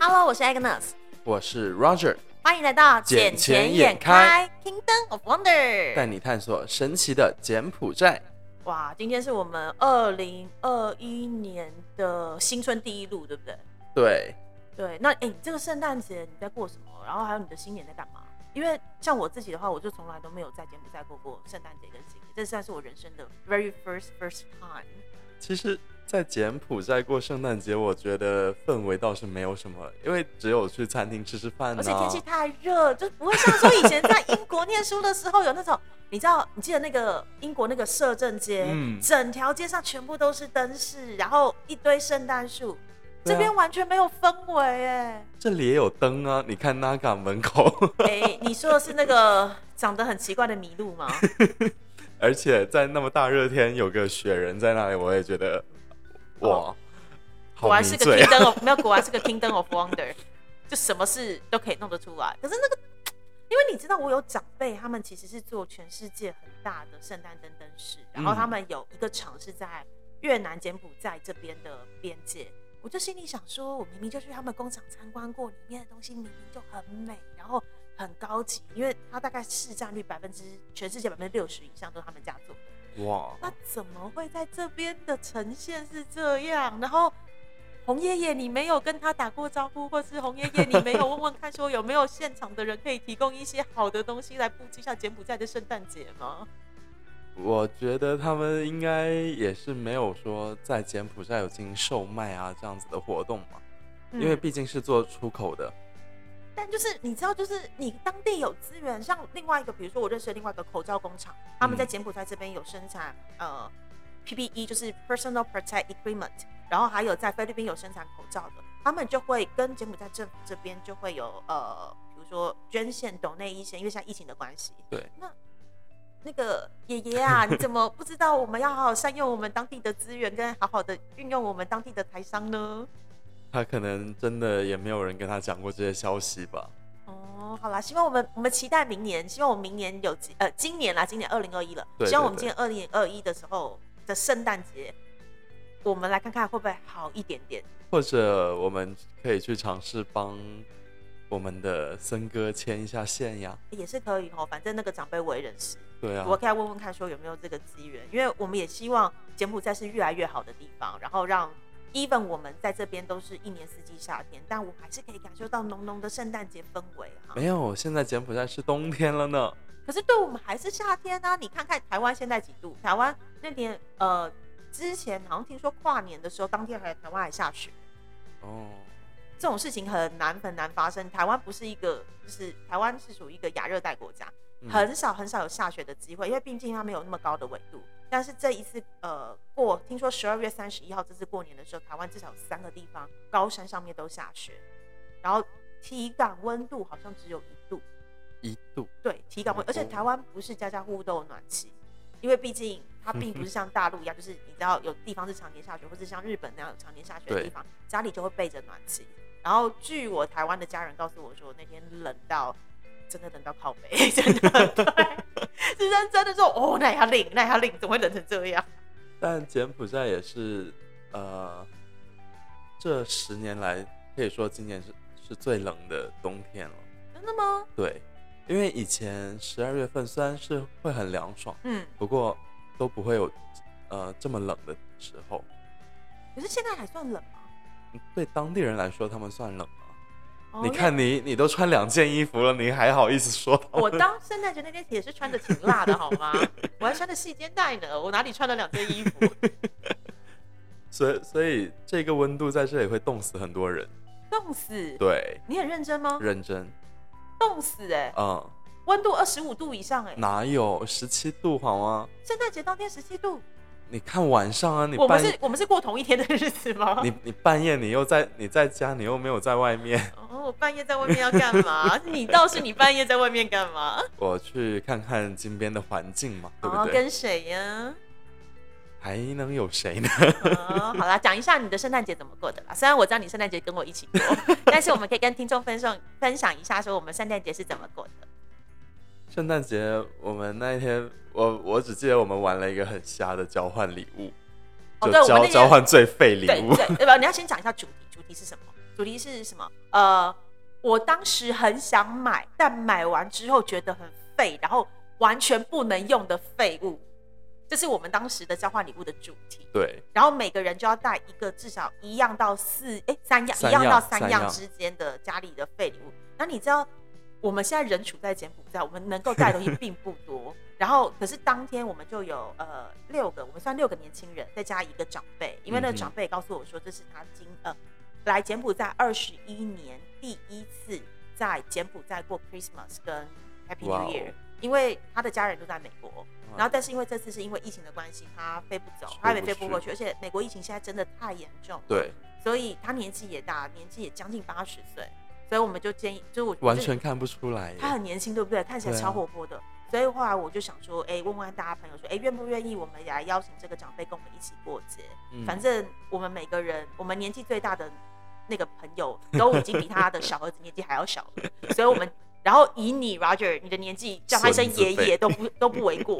Hello， 我是 Agnes， 我是 Roger， 欢迎来到捡钱眼开 Kingdom of Wonder， 带你探索神奇的柬埔寨。 哇，今天是我们2021年的新春第一路，对不对？ 对， 那你这个圣诞节你在过什么？然后还有你的新年在干嘛？因为像我自己的话，我就从来都没有在柬埔寨过圣诞节跟新年，这算是我人生的 very first time。 其实，在柬埔寨过圣诞节，我觉得氛围倒是没有什么，因为只有去餐厅吃吃饭， 而且天气太热，就不会像说以前在英国念书的时候有那种，你记得那个英国那个摄政街，整条街上全部都是灯饰，然后一堆圣诞树。这边完全没有氛围哎， 这里也有灯啊！你看Naga 门口， 你说的是那个长得很奇怪的麋鹿吗？ 而且在那么大热天有个雪人在那里，我也觉得哇， 果然是个 Kingdom of 没有，果然是个 Kingdom of Wonder， 就什么事都可以弄得出来。可是那个，因为你知道我有长辈，他们其实是做全世界很大的圣诞灯灯饰，然后他们有一个厂是在越南柬埔寨这边的边界。我就心里想说，我明明就去他们工厂参观过，里面的东西明明就很美，然后很高级，因为它大概市占率全世界60%以上都是他们家做的。 哇， 那怎么会在这边的呈现是这样？然后洪爷爷，你没有跟他打过招呼，或是洪爷爷，你没有问问看说有没有现场的人可以提供一些好的东西来布置一下柬埔寨的圣诞节吗？ 我觉得他们应该也是没有说在柬埔寨有进行售卖啊这样子的活动嘛，因为毕竟是做出口的。 但就是你知道，就是你当地有资源，像另外一个，比如说我认识的另外一个口罩工厂，他们在柬埔寨这边有生产PPE， 就是 Personal Protect Equipment， 然后还有在菲律宾有生产口罩的，他们就会跟柬埔寨政府这边就会有比如说捐献donate一些，因为现在疫情的关系。 对， 那个爷爷啊，你怎么不知道我们要好好善用我们当地的资源，跟好好的运用我们当地的台商呢？ 他可能真的也没有人跟他讲过这些消息吧。 哦，好啦，希望我们期待明年，希望我们明年有今年2021了， 对， 希望我们今年2021的时候的圣诞节，我们来看看会不会好一点点， 或者我们可以去尝试帮我们的森哥牵一下线呀， 也是可以哦。反正那个长辈我也认识， 对啊， 我可以问问看说有没有这个资源，因为我们也希望柬埔寨是越来越好的地方，然后让 even 我们在这边都是一年四季夏天，但我还是可以感受到浓浓的圣诞节氛围哈。 没有，现在柬埔寨是冬天了呢。 可是对我们还是夏天啊！你看看台湾现在几度？台湾那年之前好像听说跨年的时候，当天台湾还下雪。哦，这种事情很难发生。台湾不是一个，就是台湾是属于一个亚热带国家，很少有下雪的机会，因为毕竟它没有那么高的纬度。但是这一次听说12月31号这次过年的时候，台湾至少有3个地方高山上面都下雪，然后体感温度好像只有1度。 1度， 对，体感温，而且台湾不是家家户户都有暖气，因为毕竟它并不是像大陆一样，就是你知道有地方是常年下雪，或是像日本那样有常年下雪的地方，家里就会备着暖气。然后据我台湾的家人告诉我说，那天真的冷到靠北，真的对，是认真的说哦，那也冷，怎么会冷成这样？ 但柬埔寨也是这10年来可以说今年是最冷的冬天了。 真的吗？ 对，因为以前12月份虽然是会很凉爽，不过都不会有这么冷的时候。 可是现在还算冷吗？ 对当地人来说，他们算冷啊。你看你都穿2件衣服了，你还好意思说？ 我当圣诞节那天也是穿的挺辣的，好吗？我还穿的细肩带呢，我哪里穿了2件衣服？ 所以这个温度在这里会冻死很多人。 冻死？ 对。 你很认真吗？ 认真。 冻死温度25度以上哪有17度好吗？ 圣诞节当天17度。 你看晚上啊， 我们是过同一天的日子吗？ 你半夜你在家，你又没有在外面。 我半夜在外面要干嘛？你倒是你半夜在外面干嘛？ 我去看看金边的环境嘛，对不对？ 跟谁呀？ 还能有谁呢？ 好啦，讲一下你的圣诞节怎么过的啦。虽然我知道你圣诞节跟我一起过，但是我们可以跟听众分享一下，说我们圣诞节是怎么过的。 圣诞节我们那一天，我只记得我们玩了一个很瞎的交换礼物，就交换最废礼物。 对，你要先讲一下主题是什么？ 主题是什么？我当时很想买，但买完之后觉得很废，然后完全不能用的废物。这是我们当时的交换礼物的主题。 对。 然后每个人就要带一个至少1样到3样3样之间的家里的废礼物。那你知道我们现在人处在柬埔寨，我们能够带的东西并不多。然后可是当天我们就有6个，我们算6个年轻人，再加一个长辈，因为那个长辈告诉我说，这是他来柬埔寨21年第一次在柬埔寨过 Christmas 跟 Happy New Year，因为他的家人都在美国。然后但是因为这次是因为疫情的关系，他飞不走，他也飞不过去，而且美国疫情现在真的太严重了， 对， 所以他年纪也大，年纪也将近80岁，所以我们就建议，就我完全看不出来， 他很年轻，对不对？看起来超活泼的。所以后来我就想说，问问大家朋友说，愿不愿意我们也来邀请这个长辈跟我们一起过节？反正我们每个人，我们年纪最大的那个朋友都已经比他的小儿子年纪还要小了，所以我们。然后以你 Roger 你的年纪叫他一声爷爷都不为过，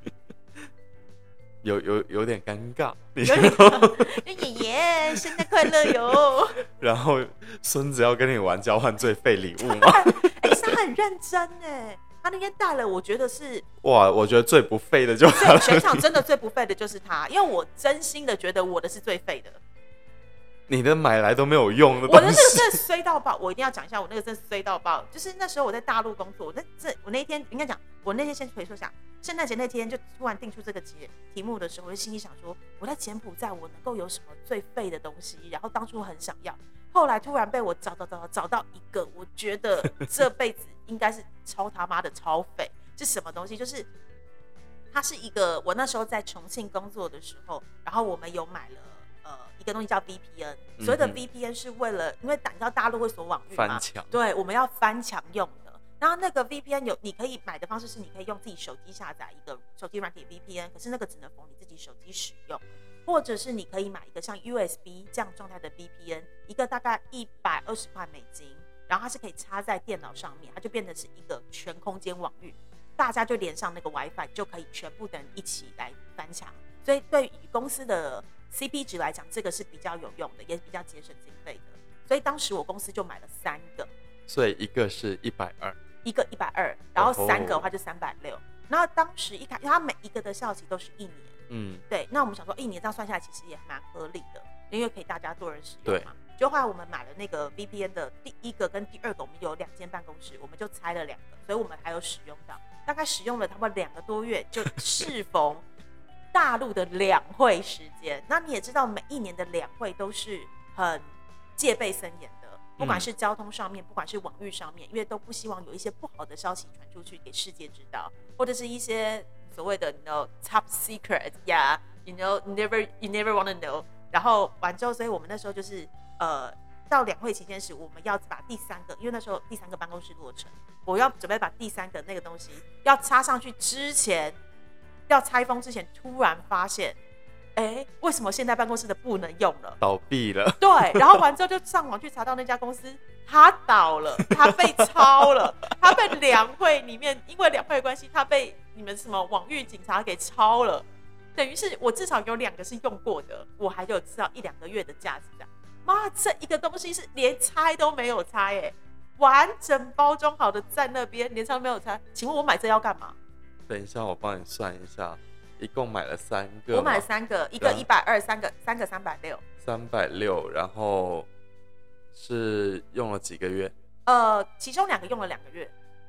有点尴尬， 爷爷生日快乐哟。 然后孙子要跟你玩交换最废礼物吗？ 他很认真哎，他那天带了，我觉得是哇，我觉得最不废的就是他， 全场真的最不废的就是他，因为我真心的觉得我的是最废的。 你的买来都没有用的东西， 我的那个真的衰到爆，我一定要讲一下，我那个真的衰到爆。就是那时候我在大陆工作，我那一天应该讲，我那天先回说一下，圣诞节那天就突然定出这个题目的时候，我就心里想说，我在柬埔寨我能够有什么最废的东西？然后当初很想要，后来突然被我找到一个，我觉得这辈子应该是超他妈的超废，是什么东西？就是它是一个，我那时候在重庆工作的时候，然后我们有买了。一个东西叫 VPN， 所谓的 VPN 是为了，因为你知道大陆会锁网域嘛， 翻墙， 对，我们要翻墙用的。然后那个 VPN 你可以买的方式是，你可以用自己手机下载一个手机软体 VPN， 可是那个只能供你自己手机使用，或者是你可以买一个像 USB 这样状态的 VPN， 一个大概120块美金，然后它是可以插在电脑上面，它就变成是一个全空间网域，大家就连上那个 WiFi 就可以全部的人一起来翻墙。所以对于公司的 CP 值来讲，这个是比较有用的，也比较节省经费的。所以当时我公司就买了3个， 所以一个是120， 一个120，然后3个的话就360。然后当时一开，它每一个的效期都是1年，对。那我们想说1年这样算下来，其实也蛮合理的，因为可以大家多人使用嘛。就后来我们买了那个 VPN 的第1个跟第2个，我们有2间办公室，我们就拆了2个，所以我们还有使用到，大概使用了差不多2个多月，就适逢大陆的两会时间。那你也知道，每一年的两会都是很戒备森严的，不管是交通上面，不管是网域上面，因为都不希望有一些不好的消息传出去给世界知道，或者是一些所谓的 top secret 呀、you never want to know。然后完之后，所以我们那时候就是到两会期间时，我们要把第3个，因为那时候第3个办公室落成，我要准备把第3个那个东西要插上去之前，要拆封之前，突然发现，为什么现在办公室的不能用了？ 倒闭了。 对，然后完之后就上网去查到那家公司，它倒了，它被抄了，它被两会里面，因为两会的关系，它被你们什么网域警察给抄了。等于是我至少有2个是用过的，我还有至少1-2个月的价值的。妈，这一个东西是连拆都没有拆，完整包装好的在那边，连拆都没有拆。请问我买这要干嘛？ 等一下，我帮你算一下，一共买了3个。 我买了3个，一个120，三个360。 360，然后是用了几个月？ 其中2个用了2个月。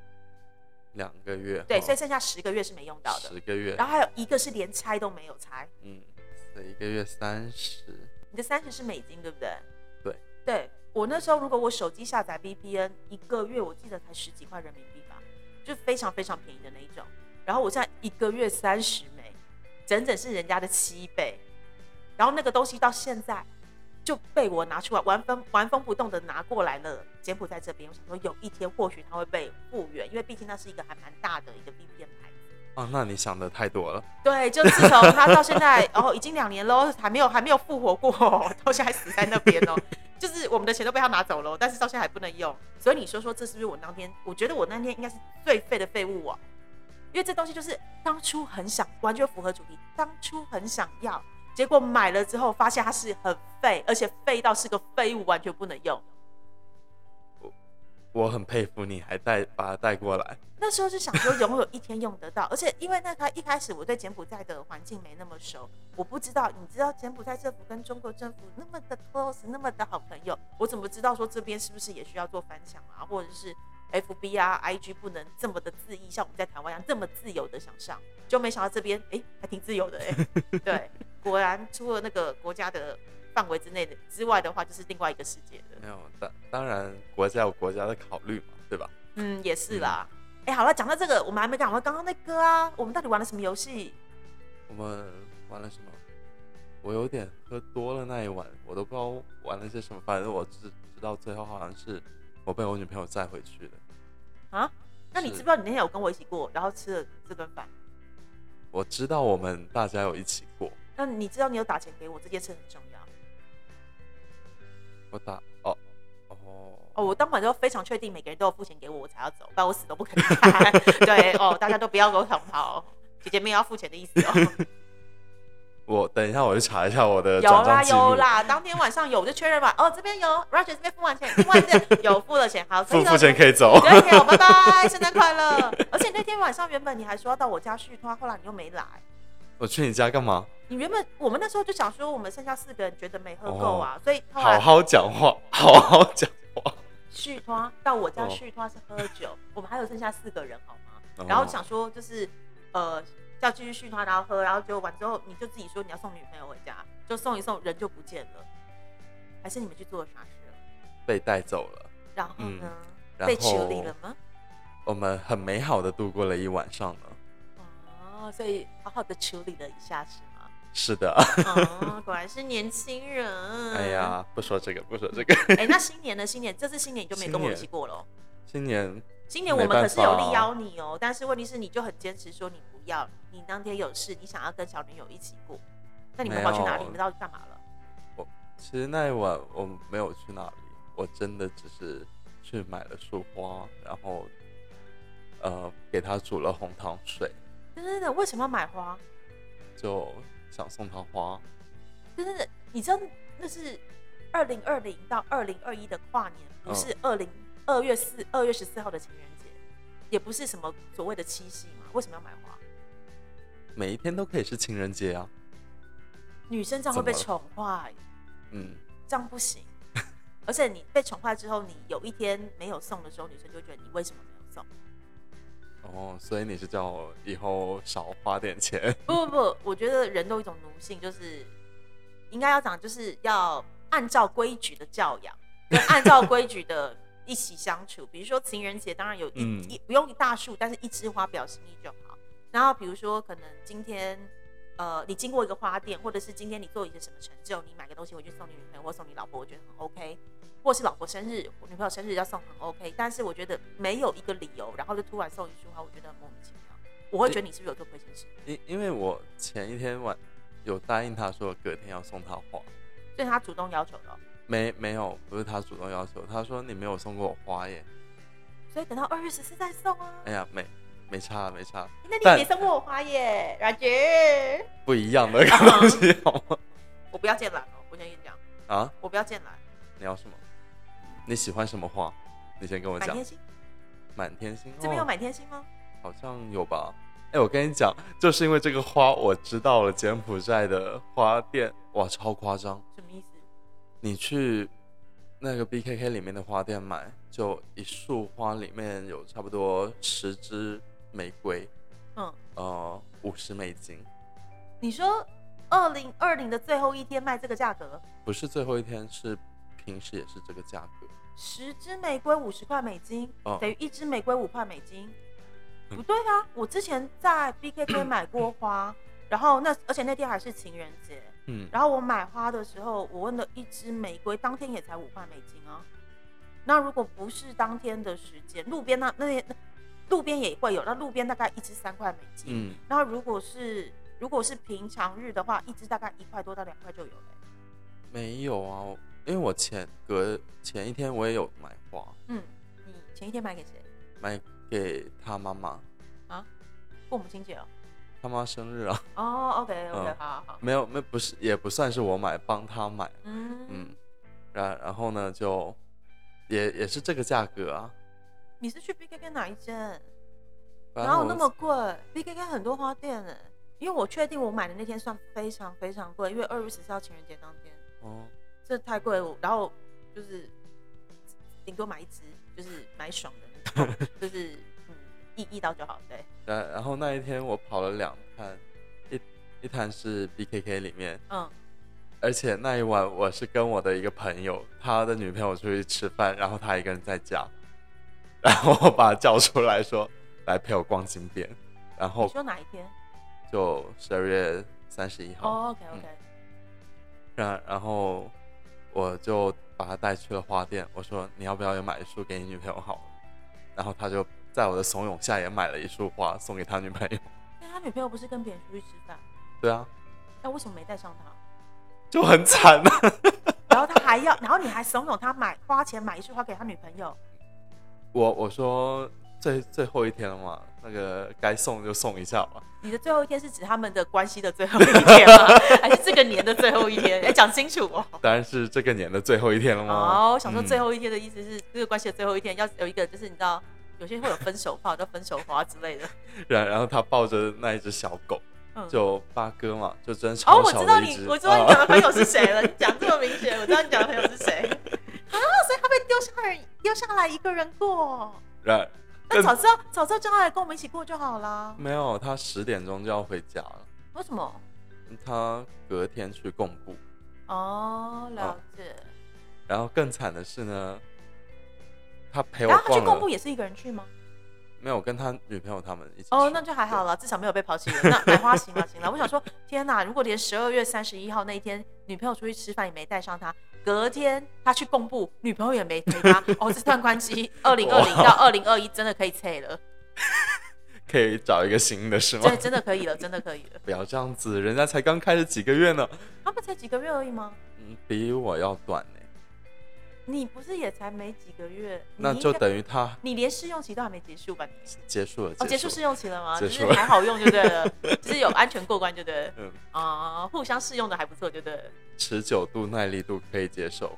2个月。 对，所以剩下10个月是没用到的。 10个月。 然后还有1个是连拆都没有拆。 所以1个月30。 你的30是美金，对不对？ 对。 对，我那时候如果我手机下载 VPN， 1个月我记得才10几块人民币吧，就非常非常便宜的那一种。然后我现在1个月30美，整整是人家的7倍。然后那个东西到现在就被我拿出来原封不动的拿过来了柬埔寨这边。我想说有一天或许它会被复原，因为毕竟那是一个还蛮大的一个 VPN 牌子。 那你想的太多了。 对，就自从它到现在已经2年了，还没有复活过，到现在还死在那边哦。就是我们的钱都被他拿走了，但是到现在还不能用。所以你说这是不是我当天？我觉得我那天应该是最废的废物哦。因为这东西就是当初很想，完全符合主题，当初很想要，结果买了之后发现它是很废，而且废到是个废物，完全不能用。 我很佩服你还把它带过来。 那时候是想说拥有一天用得到，而且因为一开始我对柬埔寨的环境没那么熟，我不知道，你知道柬埔寨政府跟中国政府那么的 close， 那么的好朋友，我怎么知道说这边是不是也需要做翻墙啊，或者是 FB 啊 IG 不能这么的恣意，像我们在台湾一样这么自由的想象，就没想到这边还挺自由的对，果然除了那个国家的范围之外的话，就是另外一个世界的。 没有，当然国家有国家的考虑嘛，对吧？ 也是啦。好了，讲到这个，我们还没讲完刚刚那个啊，我们到底玩了什么游戏？ 我们玩了什么？我有点喝多了那一晚，我都不知道玩了些什么，反正我只知道最后好像是我被我女朋友载回去的。 啊？那你知不知道你那天有跟我一起过，然后吃了这顿饭？ 我知道我们大家有一起过。 那你知道你有打钱给我这件事很重要。 我打我当晚就非常确定每个人都有付钱给我，我才要走，不然我死都不肯离开。对大家都不要给我抢跑，姐姐没有要付钱的意思我等一下我去查一下我的转账记录。 有啦，当天晚上有我就确认嘛，这边有 Roger 这边付完钱，另外这边有付了钱，好， 付钱可以走。 对，可以，拜拜，圣诞快乐。而且那天晚上原本你还说要到我家续托，后来你又没来。 我去你家干嘛？ 你原本我们那时候就想说，我们剩下4个人觉得没喝够啊，所以好好讲话，好好讲话。 续托到我家续托是喝酒，我们还有剩下4个人好吗？然后想说就是要继续续托，然后喝，然后就完之后你就自己说你要送女朋友回家，就送一送人就不见了，还是你们去做了啥事了？ 被带走了。 然后呢？被处理了吗？ 我们很美好的度过了一晚上呢。 所以好好的处理了一下是吗？ 是的。 果然是年轻人。 哎呀，不说这个。 那新年呢？这次新年你就没跟我一起过了。 新年我们可是有力邀你哦，但是问题是你就很坚持说你不要，你当天有事，你想要跟小女友一起过。那你们跑去哪里？你们到底干嘛了？ 其实那一晚我没有去哪里，我真的只是去买了束花，然后给她煮了红糖水。 真的，为什么要买花？ 就想送她花。 真的，你知道那是2020到2021的跨年，不是2月14号的情人节，也不是什么所谓的七夕嘛？为什么要买花？ 每一天都可以是情人节啊。 女生这样会被宠坏，这样不行。而且你被宠坏之后，你有一天没有送的时候，女生就觉得你为什么没有送？ 所以你是叫我以后少花点钱？ 不，我觉得人都有一种奴性，就是应该要讲，就是要按照规矩的教养，跟按照规矩的一起相处。比如说情人节，当然有不用一大束，但是一枝花表心意就好。然后比如说可能今天你经过一个花店，或者是今天你做一些什么成就，你买个东西回去送你女朋友或送你老婆，我觉得很 OK。或是老婆生日、女朋友生日要送很 OK， 但是我觉得没有一个理由，然后就突然送一束花，我觉得很莫名其妙。我会觉得你是不是有做亏心事？ 因为我前一天晚有答应他说隔天要送他花， 所以他主动要求的。 没有，不是他主动要求，他说你没有送过我花耶， 所以等到2月14再送啊。 哎呀，没差。 那你也没送过我花耶，Roger。 不一样的东西好吗？ 我不要剑兰哦，我先跟你讲啊，我不要剑兰。 你要什么？你喜欢什么花？你先跟我讲。 满天星。 满天星， 这边有满天星吗？ 好像有吧。我跟你讲，就是因为这个花，我知道了柬埔寨的花店，哇，超夸张。 什么意思？你去那个 BKK 里面的花店买，就一束花里面有差不多10支玫瑰，50美金。 你说2020的最后一天卖这个价格？ 不是最后一天，是平时也是这个价格。 10支玫瑰50块美金，等于1支玫瑰5块美金。不对啊，我之前在 BKK 买过花，然后而且那天还是情人节，然后我买花的时候，我问了1支玫瑰，当天也才5块美金啊。那如果不是当天的时间，路边路边也会有，那路边大概1支3块美金，然后如果是平常日的话，1支大概1块多到2块就有了。没有啊，因为我前一天我也有买花。 你前一天买给谁？ 买给他妈妈啊，过母亲节哦。 他妈生日啊。 OK，好。 没有，不是，也不算是我买，帮他买。然后呢，就也是这个价格啊。 你是去 BKK 哪一间？ 哪有那么贵？BKK 很多花店哎，因为我确定我买的那天算非常非常贵，因为2月14号情人节当天。哦，这太贵了，然后就是顶多买一支，就是买爽的，就是一刀就好，对。 然后那一天我跑了2摊，一摊是 BKK 里面，而且那一晚我是跟我的一个朋友，他的女朋友出去吃饭，然后他一个人在家，然后我把他叫出来说来陪我逛金边，然后你说哪一天？ 就12月31号。 哦 ，OK， 然后我就把他带去了花店，我说你要不要也买一束给你女朋友好了，然后他就在我的怂恿下也买了一束花送给他女朋友。 但他女朋友不是跟别人出去吃饭？ 对啊。 那为什么没带上他？ 就很惨啊。 然后他还要，然后你还怂恿他花钱买一束花给他女朋友。 我说最后一天了嘛，那个该送就送一下吧。 你的最后一天是指他们的关系的最后一天吗？还是这个年的最后一天？讲清楚哦。 当然是这个年的最后一天了吗？ 哦，我想说最后一天的意思是这个关系的最后一天，要有一个就是你知道，有些会有分手炮，叫分手花之类的。 然后他抱着那一只小狗。就八哥嘛，就真超小的一只。 我知道你讲的朋友是谁了。你讲这么明显，我知道你讲的朋友是谁。所以他被丢下来一个人过。那早知道叫他来跟我们一起过就好啦。 没有，他10点钟就要回家了。 为什么？ 他隔天去贡布。 哦，了解。 然后更惨的是呢，他陪我逛了。 他去贡布也是一个人去吗？ 没有，跟他女朋友他们一起。 哦，那就还好了，至少没有被抛弃了。那买花行了。我想说，天哪！如果连12月31号那一天女朋友出去吃饭也没带上他，隔天他去贡布，女朋友也没陪他，这段关系2020到2021真的可以拆了。 可以找一个新的是吗？ 对，真的可以了，真的可以了。 不要这样子，人家才刚开始几个月呢。 他们才几个月而已吗？ 比我要短呢。 你不是也才没几个月？ 那就等于你连试用期都还没结束吧？ 结束了。 结束试用期了吗？就是还好用就对了，就是有安全过关就对了。互相试用的还不错就对了。 持久度、耐力度可以接受。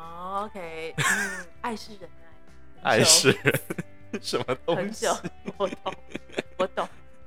OK，爱是忍耐， 爱是人什么东西？ 很久，我懂。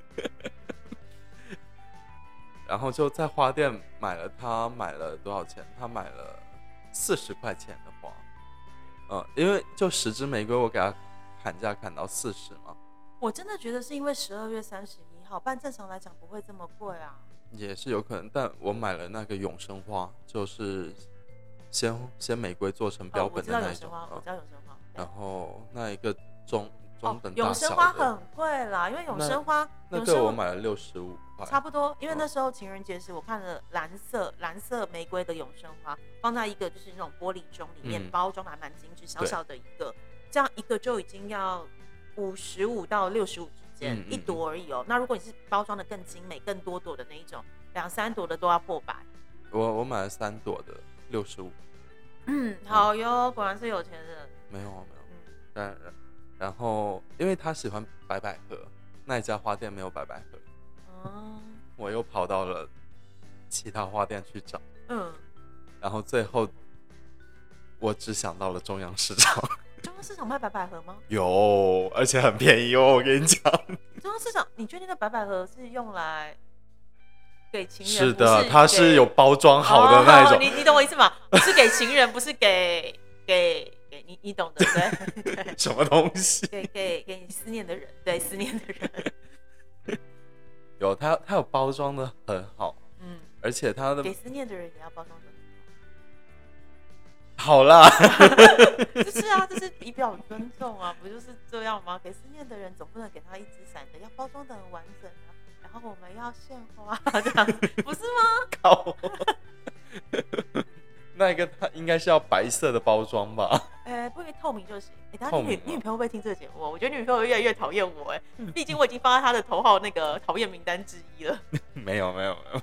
然后就在花店买了多少钱？他买了40块钱的花。因为就10支玫瑰，我给他砍价砍到40嘛。 我真的觉得是因为12月31号，不然正常来讲不会这么贵啊。 也是有可能，但我买了那个永生花，就是鲜玫瑰做成标本的那一种。 我知道永生花。 然后那一个中等大小的。 永生花很贵啦，因为永生花那个我买了65块， 差不多。因为那时候情人节时，我看了蓝色玫瑰的永生花，放在一个就是那种玻璃盅里面，包装的还蛮精致，小小的一个，这样一个就已经要55到65之间，一朵而已哦。那如果你是包装的更精美、更多朵的那一种，2、3朵的都要破100。 我买了3朵的65。 好哟，果然是有钱人。 没有。然后因为他喜欢白百合，那一家花店没有白百合。我又跑到了其他花店去找。然后最后我只想到了中央市场。 中央市场卖白百合吗？ 有，而且很便宜哦，我跟你讲。 中央市场，你确定那白百合是用来给情人？ 是的，它是有包装好的那一种。 你懂我意思吗？不是给情人，不是给你懂的，对。 什么东西？ 给你思念的人，对，思念的人。 有，它有包装的很好，而且它的给思念的人也要包装的好啦。 就是啊，这是以表尊重啊，不就是这样吗？给思念的人总不能给他一支伞的，要包装的很完整啊。然后我们要献花，这样不是吗？ 靠。那一个它应该是要白色的包装吧？ 不会透明就行。等下你女朋友会不会听这个节目？我觉得女朋友越来越讨厌我毕竟我已经放在她的头号那个讨厌名单之一了。 没有。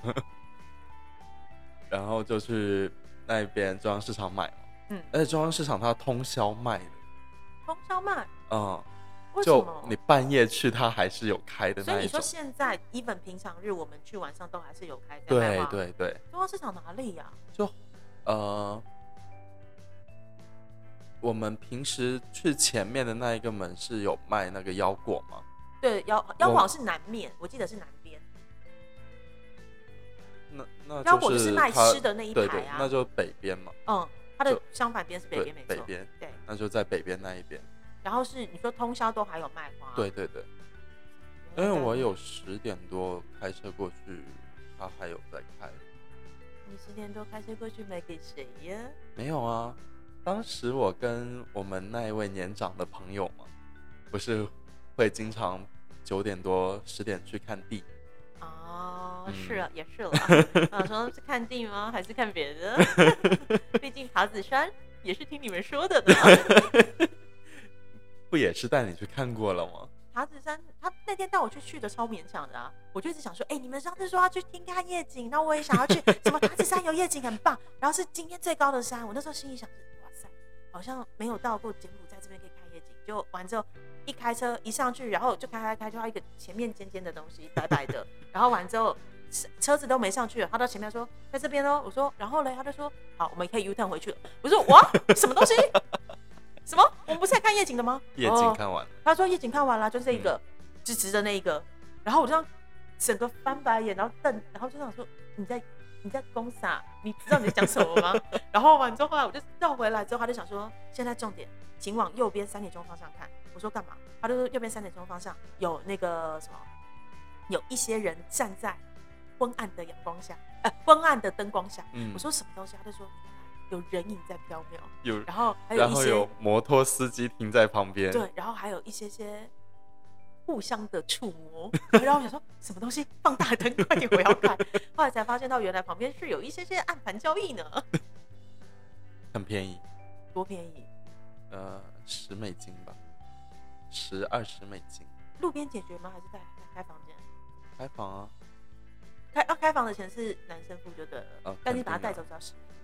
然后就去那边中央市场买嘛，而且中央市场它通宵卖的。 通宵卖？为什么？ 就你半夜去，它还是有开的那一种。 所以你说现在 even 平常日我们去晚上都还是有开的？ 对。 中央市场哪里呀？ 就我们平时去前面的那一个门是有卖那个腰果吗？ 对，腰果好像是南面，我记得是南边。 那腰果就是卖吃的那一排啊。 对，那就北边嘛。 它的相反边是北边，没错。 北边， 对， 那就在北边那一边。 然后是你说通宵都还有卖花？ 对，因为我有10点多开车过去，他还有在开。 你10点多开车过去买给谁呀？ 没有啊，当时我跟我们那一位年长的朋友嘛，不是会经常9点多10点去看地。 是啊，也是了。说是看地吗？还是看别的？毕竟塔子山也是听你们说的呢。 不也是带你去看过了吗？ 塔子山，他那天带我去的超勉强的啊！我就一直想说，你们上次说要去听看夜景，那我也想要去。什么塔子山有夜景很棒，然后是今天最高的山。我那时候心里想着，哇塞，好像没有到过柬埔寨这边可以看夜景。就完之后一开车一上去，然后就开，就到一个前面尖尖的东西，白白的。然后完之后车子都没上去了，他到前面说在这边哦。我说然后嘞，他就说好，我们可以 U turn 回去了。我说哇，什么东西？什么？我们不是在看夜景的吗？ 夜景看完了。 他说夜景看完了，就是这一个，直的那一个。然后我就这样整个翻白眼，然后瞪，然后就想说你在攻啥？你知道你在讲什么吗？然后完之后，后来我就绕回来之后，他就想说现在重点，请往右边3点钟方向看。我说干嘛？他就说右边3点钟方向有那个什么，有一些人站在昏暗的阳光下，昏暗的灯光下。我说什么东西？他就说有人影在飘渺，然后还有一些， 然后有摩托司机停在旁边， 对，然后还有一些互相的触摸，然后我想说什么东西？放大灯，快点，我要看。后来才发现到原来旁边是有一些暗盘交易呢， 很便宜， 多便宜 ？$10吧，10、20美金。 路边解决吗？还是在开房间？ 开房啊， 开房的钱是男生付就对了，但你把他带走只要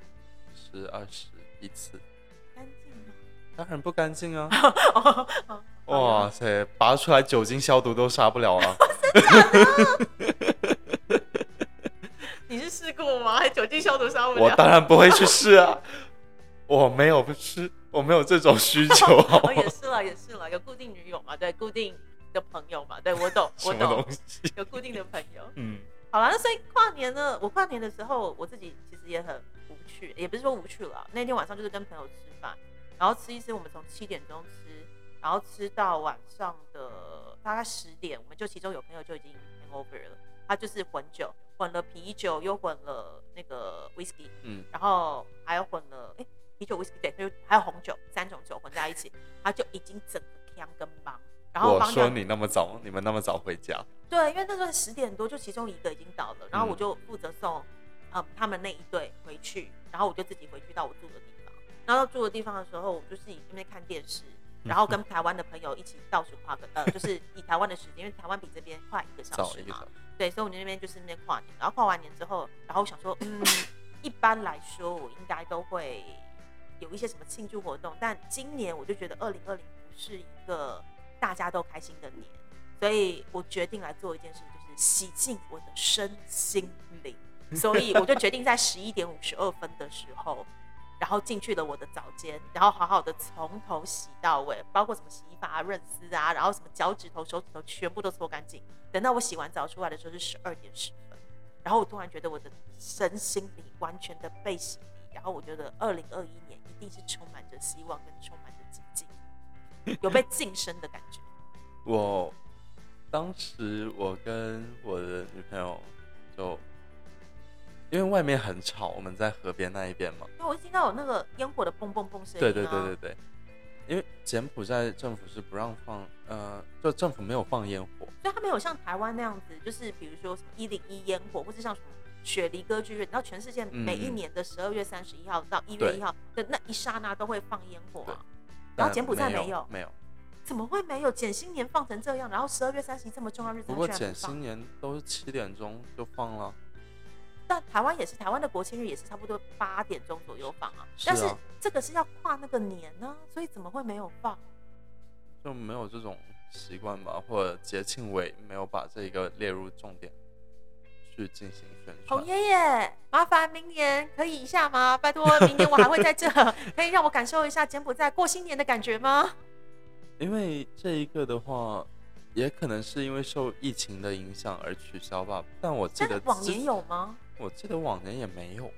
10、20一次， 干净吗？ 当然不干净啊！哇塞，拔出来酒精消毒都杀不了啊！ 真假的？你是试过吗？还酒精消毒杀不了？ 我当然不会去试啊！我没有这种需求。 也是了，有固定女友嘛？对，固定的朋友嘛？对，我懂。 什么东西？ 有固定的朋友。好了，那所以跨年呢？我跨年的时候，我自己其实也很无趣，也不是说无趣了。那天晚上就是跟朋友吃饭，然后吃一吃，我们从7点钟吃，然后吃到晚上的大概10点，我们就其中有朋友就已经 hangover 了，他就是混酒，混了啤酒，又混了那个 whisky，然后还有混了啤酒 whisky 对，还有红酒，3种酒混在一起，他就已经整个呛跟忙。然后我说你们那么早回家？ 对，因为那时候10点多，就其中一个已经到了，然后我就负责送他们那一队回去，然后我就自己回去到我住的地方。然后到住的地方的时候，我就自己那边看电视，然后跟台湾的朋友一起倒数跨个就是以台湾的时间，因为台湾比这边快1个小时嘛，对，所以我们那边就是那边跨年。然后跨完年之后，然后我想说，一般来说我应该都会有一些什么庆祝活动，但今年我就觉得2020不是一个大家都开心的年，所以我决定来做一件事情，就是洗净我的身心灵。所以我就决定在11点52分的时候，然后进去了我的澡间，然后好好的从头洗到尾，包括什么洗发啊、润丝啊，然后什么脚趾头、手指头全部都搓干净。等到我洗完澡出来的时候是12点10分，然后我突然觉得我的身心灵完全的被洗涤，然后我觉得2021年一定是充满着希望跟充满着激进。有被晋升的感觉。 我当时我跟我的女朋友就因为外面很吵，我们在河边那一边嘛， 我一听到有那个烟火的蹦蹦蹦声音。 对，因为柬埔寨政府是不让放，就政府没有放烟火， 所以他没有像台湾那样子，就是比如说什么101烟火，或是像什么雪梨歌剧院，然后全世界每一年的12月31号到1月1号的那一刹那都会放烟火啊。然后柬埔寨没有，怎么会没有？减新年放成这样，然后12月30这么重要日子， 不过减新年都是7点钟就放了。 但台湾也是，台湾的国庆日也是差不多8点钟左右放啊。但是这个是要跨那个年呢，所以怎么会没有放？ 就没有这种习惯吧，或者节庆委没有把这个列入重点续进行宣传。 洪爷爷，麻烦明年可以一下吗？拜托，明年我还会在这，可以让我感受一下柬埔寨过新年的感觉吗？ 因为这一个的话，也可能是因为受疫情的影响而取消吧。但我记得往年有吗？ 我记得往年也没有。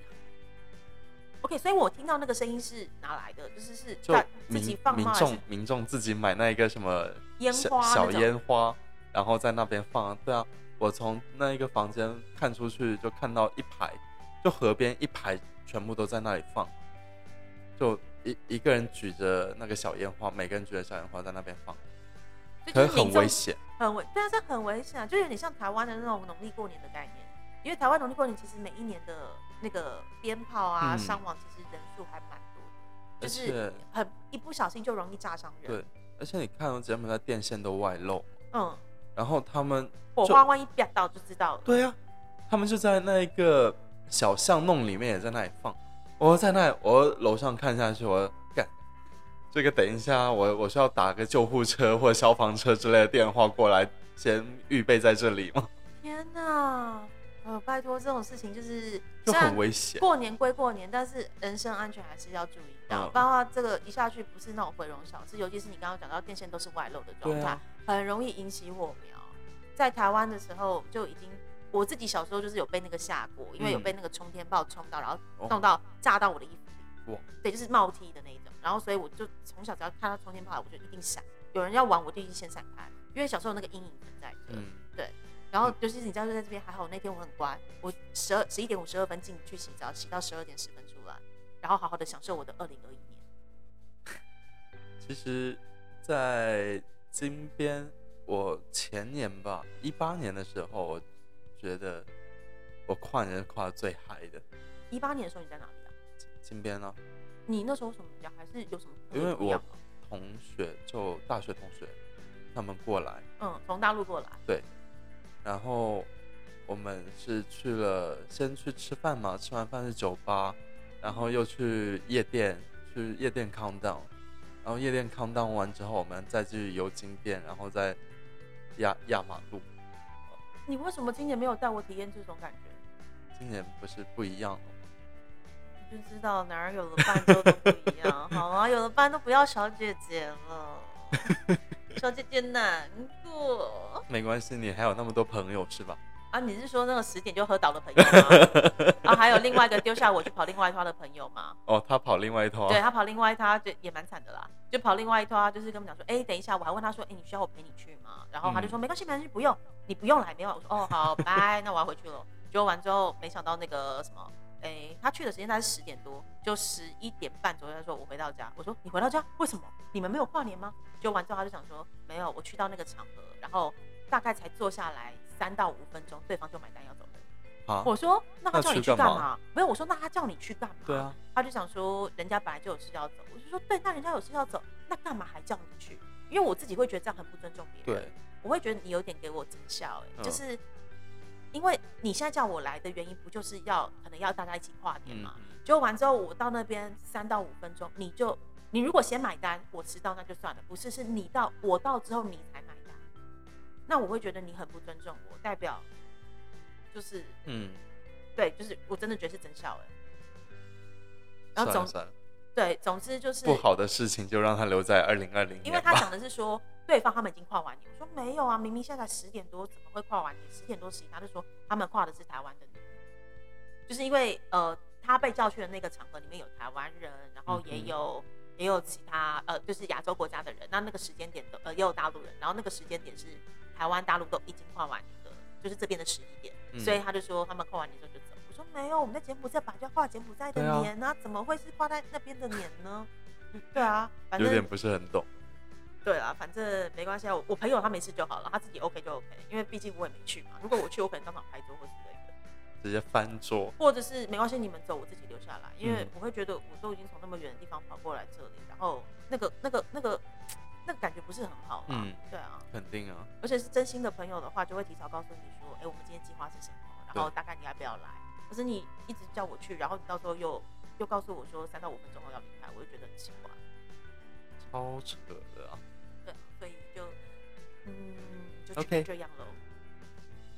OK， 所以我听到那个声音是哪来的？就是自己放民众自己买那个什么烟花小烟花，然后在那边放。对啊，我从那一个房间看出去，就看到一排，就河边一排全部都在那里放，就一个人举着那个小烟花，每个人举着小烟花在那边放，可是很危险， 对啊，这很危险，就有点像台湾的那种农历过年的概念。因为台湾农历过年其实每一年的那个鞭炮啊，伤亡其实人数还蛮多的，就是一不小心就容易炸伤人。 对，而且你看柬埔寨电线都外露，然后他们火花万一啪到就知道了。 对啊，他们就在那个小巷弄里面也在那里放。我在那里，我楼上看下去，我干这个，等一下我需要打个救护车或者消防车之类的电话过来，先预备在这里吗？ 天哪！拜托，这种事情就很危险。 过年归过年，但是人身安全还是要注意到。不然的话，这个一下去不是那种毁容小事，尤其是你刚刚讲到电线都是外露的状态，很容易引起火苗。在台湾的时候就已经，我自己小时候就是有被那个吓过，因为有被那个冲天炮冲到，然后弄到炸到我的衣服里。对，就是冒踢的那一种。然后所以我就从小只要看到冲天炮，我就一定闪。有人要玩，我就一定先闪开，因为小时候那个阴影存在着。对。然后尤其是你知道就在这边还好，那天我很乖，我11点52分进去洗澡，洗到12点10分出来，然后好好的享受我的2021年。 其实，在金边，我前年吧，18年的时候，我觉得我跨年跨得最嗨的。 18年的时候你在哪里啊？ 金边啊。 你那时候什么比较还是有什么不一样？ 因为我同学就大学同学，他们过来， 从大陆过来， 对。然后我们是先去吃饭嘛，吃完饭是酒吧，然后又去夜店 countdown， 然后夜店 countdown 完之后，我们再去游金边，然后再压马路。 你为什么今年没有带我体验这种感觉？ 今年不是不一样吗？ 你就知道哪儿有了伴就都不一样，好吗？有了伴都不要小姐姐了。小姐姐难过， 没关系，你还有那么多朋友是吧？ 啊，你是说那个10点就喝倒的朋友吗？啊，还有另外一个丢下我去跑另外一拖的朋友吗？ 哦，他跑另外一拖， 对，他跑另外一拖就也蛮惨的啦，就跑另外一拖，就是跟我们讲说，等一下，我还问他说，你需要我陪你去吗？然后他就说没关系，不用，你不用来，没有。我说哦好，拜，那我要回去了。结果完之后，没想到那个什么。他去的时间大概是10点多，就11点半左右。他说我回到家，我说你回到家为什么？你们没有跨年吗？就完之后他就讲说没有，我去到那个场合，然后大概才坐下来3到5分钟，对方就买单要走人。我说那他叫你去干嘛？没有，我说那他叫你去干嘛？ 对啊， 他就想说人家本来就有事要走，我就说对，那人家有事要走，那干嘛还叫你去？因为我自己会觉得这样很不尊重别人，我会觉得你有点给我增效，就是。因为你现在叫我来的原因，不就是可能要大家一起跨年嘛？结果完之后，我到那边3到5分钟，你如果先买单，我迟到那就算了，不是我到之后你才买单，那我会觉得你很不尊重我，代表就是对，就是我真的觉得是真笑然后对，总之就是不好的事情就让他留在2020年， 因为他讲的是说。对方他们已经跨完年，我说没有啊，明明现在才10点多，怎么会跨完年？10点多11，他就说他们跨的是台湾的年，就是因为他被叫去的那个场合里面有台湾人，然后也有其他就是亚洲国家的人，那个时间点也有大陆人，然后那个时间点是台湾大陆都已经跨完年的，就是这边的11点，所以他就说他们跨完年之后就走。我说没有，我们在柬埔寨本来就要跨柬埔寨的年啊，怎么会是跨在那边的年呢？对啊，反正有点不是很懂。 对啦，反正没关系啊，我朋友他没事就好了，他自己 OK 就 OK， 因为毕竟我也没去嘛。如果我去，我可能当场拍桌或之类的， 直接翻桌， 或者是没关系，你们走，我自己留下来，因为我会觉得我都已经从那么远的地方跑过来这里，然后那个感觉不是很好嘛。对啊， 肯定啊。 而且是真心的朋友的话，就会提早告诉你说，我们今天计划是什么，然后大概你要不要来。可是你一直叫我去，然后你到时候又告诉我说3到5分钟后要离开，我就觉得很奇怪， 超扯的啊。 对，所以就就这样喽。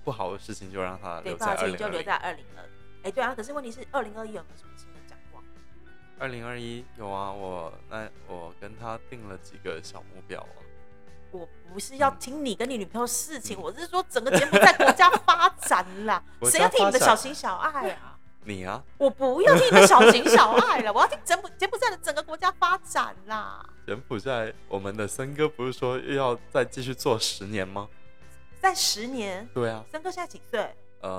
不好的事情就让它留在2020， 不好的事情就留在2020。对啊，可是问题是2021有没有什么新的展望 ？2021有啊，我跟他定了几个小目标啊。 我不是要听你跟你女朋友事情，我是说整个柬埔寨国家发展啦。谁要听你的小情小爱啊？ 你啊？ 我不要听你的小情小爱了，我要听柬埔寨的整个国家发展啦。 柬埔寨，我们的森哥不是说又要再继续做10年吗？ 再10年？ 对啊。 森哥现在几岁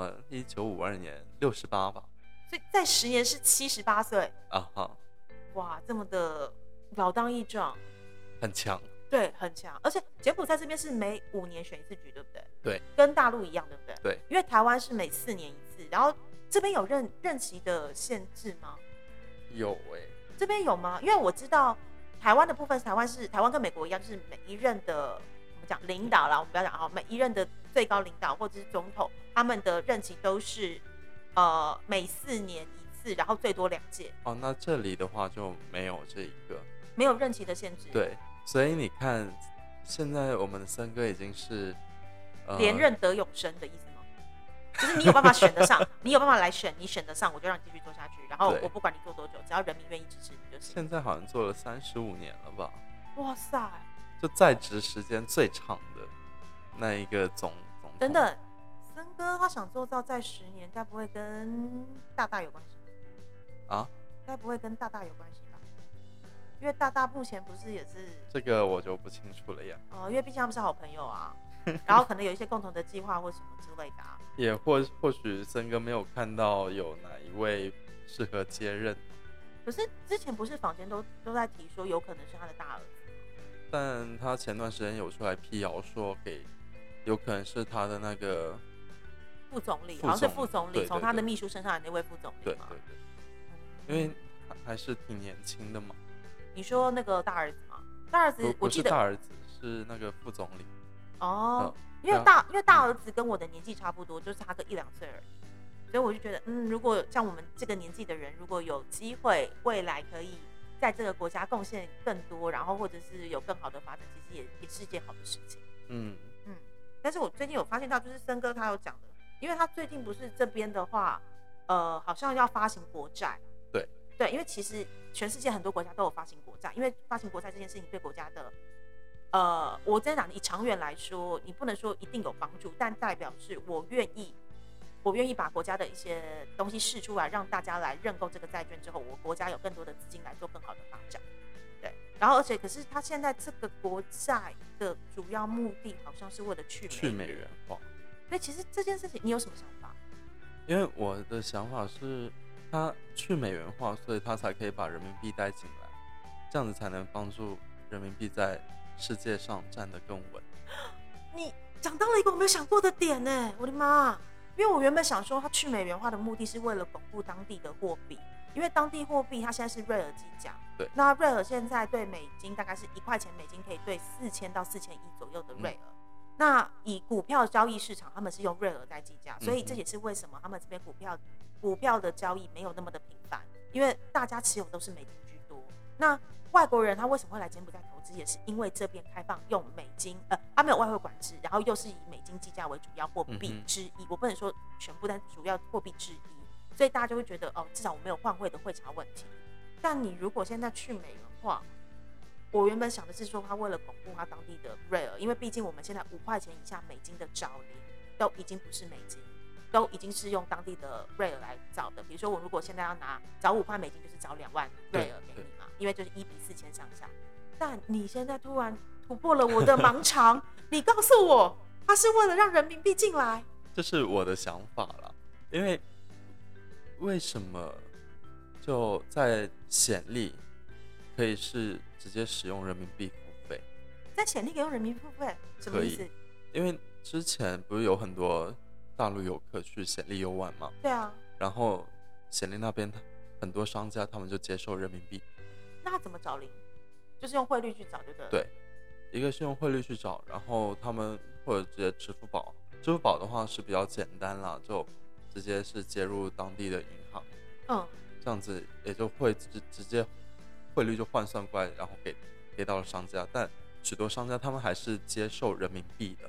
？1952年68吧。 所以再10年是78岁啊哈。 哇，这么的老当益壮， 很强。 对，很强。而且柬埔寨这边是每5年选一次局，对不对？ 对， 跟大陆一样，对不对？ 对。 因为台湾是每4年一次，然后这边有任期的限制吗？ 有这边有吗？因为我知道台湾的部分，台湾跟美国一样，就是每一任的我们讲领导啦，我们不要讲每一任的最高领导或者是总统，他们的任期都是每4年一次，然后最多2届。 哦，那这里的话就没有这一个， 没有任期的限制。 对。所以你看，现在我们的森哥已经是连任得永生的意思吗？就是你有办法选得上，你有办法来选，你选得上，我就让你继续做下去。然后我不管你做多久，只要人民愿意支持你就行。 现在好像做了35年了吧？ 哇塞！ 就在职时间最长的那一个总统。 等等，森哥他想做到再10年，该不会跟大大有关系啊？ 该不会跟大大有关系？因为大大目前不是也是这个我就不清楚了呀。 因为毕竟他们是好朋友啊，然后可能有一些共同的计划或什么之类的啊。 也或许森哥没有看到有哪一位适合接任。 可是之前不是坊间都在提说有可能是他的大儿子吗？ 但他前段时间有出来辟谣说有可能是他的那个副总理，好像是副总理，从他的秘书身上的那位副总理嘛。 对，因为他还是挺年轻的嘛。 你说那个大儿子吗？大儿子我记得不是大儿子，是那个副总理。 因为大儿子跟我的年纪差不多，就差个1-2岁而已，所以我就觉得，如果像我们这个年纪的人，如果有机会未来可以在这个国家贡献更多，然后或者是有更好的发展，其实也是一件好的事情。但是我最近有发现到，就是森哥他有讲的，因为他最近不是这边的话，好像要发行国债。对，因为其实全世界很多国家都有发行国债，因为发行国债这件事情对国家的，我真的讲，以长远来说，你不能说一定有帮助，但代表是我愿意把国家的一些东西释出来，让大家来认购这个债券之后，我国家有更多的资金来做更好的发展。对，然后而且可是他现在这个国债的主要目的好像是为了去美元化。所以其实这件事情你有什么想法？ 因为我的想法是，他去美元化，所以他才可以把人民币带进来，这样子才能帮助人民币在世界上站得更稳。 你讲到了一个我没有想过的点呢，我的妈！因为我原本想说，他去美元化的目的是为了巩固当地的货币，因为当地货币它现在是瑞尔计价， 对， 那瑞尔现在对美金大概是1块钱美金可以兑4000到4100左右的瑞尔。那以股票交易市场，他们是用瑞尔在计价，所以这也是为什么他们这边股票的交易没有那么的频繁，因为大家持有都是美金居多。那外国人他为什么会来柬埔寨投资，也是因为这边开放用美金，他没有外汇管制，然后又是以美金计价为主要货币之一，我不能说全部，但主要货币之一，所以大家就会觉得至少我没有换汇的汇差问题。但你如果现在去美元化，我原本想的是说，他为了巩固他当地的瑞尔，因为毕竟我们现在5块钱以下美金的找零都已经不是美金，都已经是用当地的瑞尔来找的。比如说我如果现在要找5块美金，就是找2万瑞尔给你嘛，因为就是1比4000上下。但你现在突然突破了我的盲肠，你告诉我，他是为了让人民币进来？ 这是我的想法啦，因为为什么就在显利可以是直接使用人民币付费？ 在显利可以用人民币付费，什么意思？ 因为之前不是有很多大陆游客去显利游玩吗？ 对啊。 然后显利那边很多商家他们就接受人民币。 那他怎么找零？就是用汇率去找，对不对？ 对，一个是用汇率去找，然后他们或者直接支付宝。支付宝的话是比较简单啦，就直接是接入当地的银行。这样子也就会直接汇率就换算过来，然后给到了商家。但许多商家他们还是接受人民币的，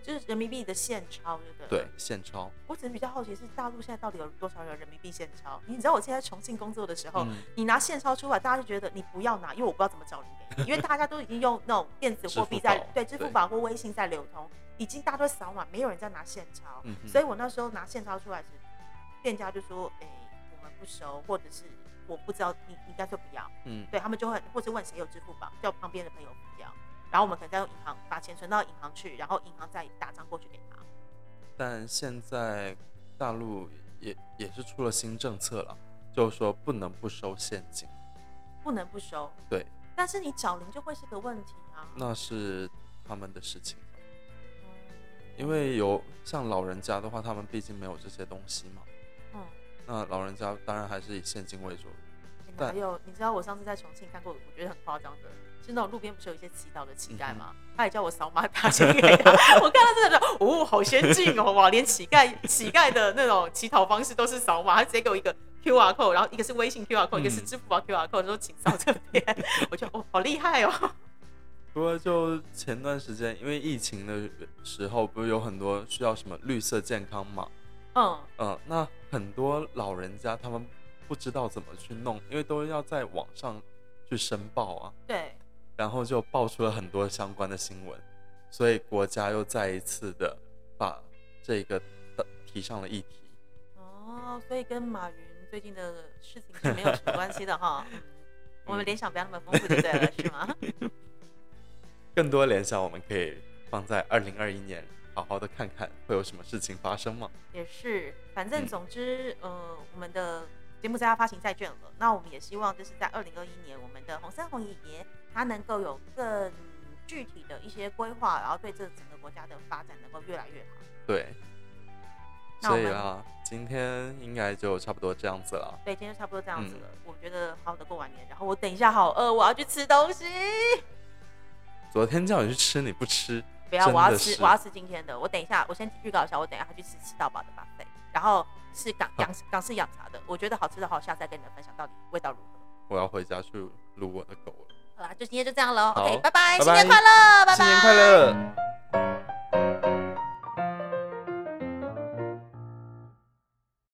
就是人民币的现钞，对不对？ 对，现钞。 我只是比较好奇是大陆现在到底有多少人民币现钞？你知道我现在重庆工作的时候，你拿现钞出来，大家就觉得你不要拿，因为我不知道怎么找人给你，因为大家都已经用那种电子货币在支付宝或微信在流通，已经大家都扫码，没有人在拿现钞。所以我那时候拿现钞出来时，店家就说：“我们不收，或者是我不知道，你干脆不要。”对他们就会或者问谁有支付宝，叫旁边的朋友不要。然后我们可能再用银行把钱存到银行去，然后银行再打账过去给他。 但现在大陆也是出了新政策了，就是说不能不收现金， 不能不收。 对， 但是你找零就会是个问题啊。 那是他们的事情，因为有像老人家的话，他们毕竟没有这些东西嘛。那老人家当然还是以现金为主。 还有，你知道我上次在重庆看过，我觉得很夸张的，是那种路边不是有一些祈祷的乞丐吗？他也叫我扫码打钱给他。我看到这个好先进哦，哇，连乞丐的那种乞讨方式都是扫码，他直接给我一个 QR code， 然后一个是微信 QR code，一个是支付宝 QR code， 说请扫这边。我觉得好厉害哦。 不过就前段时间，因为疫情的时候，不是有很多需要什么绿色健康码？那很多老人家他们不知道怎么去弄，因为都要在网上去申报啊。 对。 然后就爆出了很多相关的新闻，所以国家又再一次的把这个提上了议题。 所以跟马云最近的事情是没有什么关系的哈。我们联想不要那么丰富就对了，是吗？ 更多联想我们可以放在2021年好好的看看会有什么事情发生吗？ 也是，反正总之我们的节目在要发行债券了，那我们也希望就是在2021年我们的洪森洪爷爷他能够有更具体的一些规划，然后对这整个国家的发展能够越来越好。 对，所以今天应该就差不多这样子了。 对，今天就差不多这样子了。我觉得好好的过完年，然后我等一下好饿，我要去吃东西。 昨天叫你去吃，你不吃。 不要，我要吃今天的。我等一下，我先预告一下，我等一下去吃到饱的 buffet， 然后是港式养茶的，我觉得好吃的话，我下次再跟你们分享到底味道如何。 我要回家去撸我的狗了。 好啦，就今天就这样了。OK， 拜拜， 新年快乐，拜拜， 新年快乐。